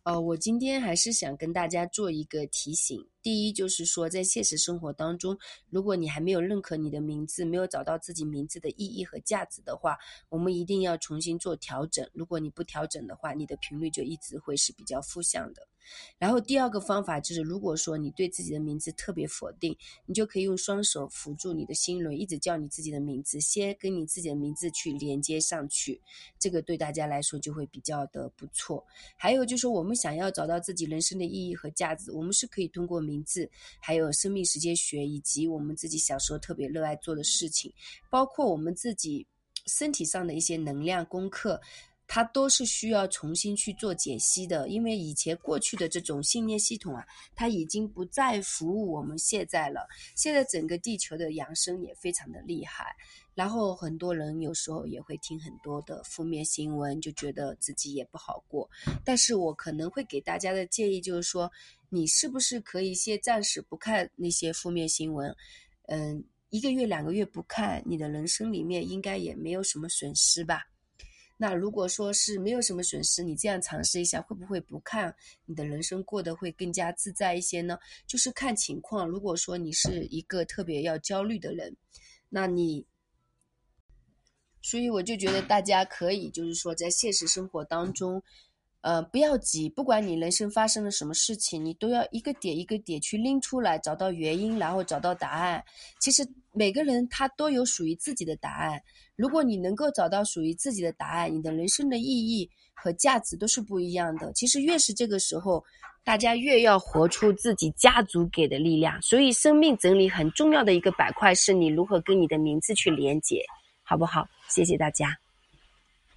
我今天还是想跟大家做一个提醒。第一就是说，在现实生活当中，如果你还没有认可你的名字，没有找到自己名字的意义和价值的话，我们一定要重新做调整。如果你不调整的话，你的频率就一直会是比较负向的。然后第二个方法就是，如果说你对自己的名字特别否定，你就可以用双手辅助你的心轮，一直叫你自己的名字，先跟你自己的名字去连接上去，这个对大家来说就会比较的不错。还有就是我们想要找到自己人生的意义和价值，我们是可以通过名字，还有生命时间学，以及我们自己小时候特别热爱做的事情，包括我们自己身体上的一些能量功课，它都是需要重新去做解析的。因为以前过去的这种信念系统啊，它已经不再服务我们现在了。现在整个地球的扬升也非常的厉害，然后很多人有时候也会听很多的负面新闻，就觉得自己也不好过。但是我可能会给大家的建议就是说，你是不是可以先暂时不看那些负面新闻1个月2个月不看，你的人生里面应该也没有什么损失吧。那如果说是没有什么损失，你这样尝试一下，会不会不看，你的人生过得会更加自在一些呢？就是看情况。如果说你是一个特别要焦虑的人，所以我就觉得大家可以就是说在现实生活当中不要急，不管你人生发生了什么事情，你都要一个点一个点去拎出来，找到原因，然后找到答案。其实每个人他都有属于自己的答案，如果你能够找到属于自己的答案，你的人生的意义和价值都是不一样的。其实越是这个时候，大家越要活出自己家族给的力量。所以生命整理很重要的一个板块是你如何跟你的名字去连接，好不好？谢谢大家。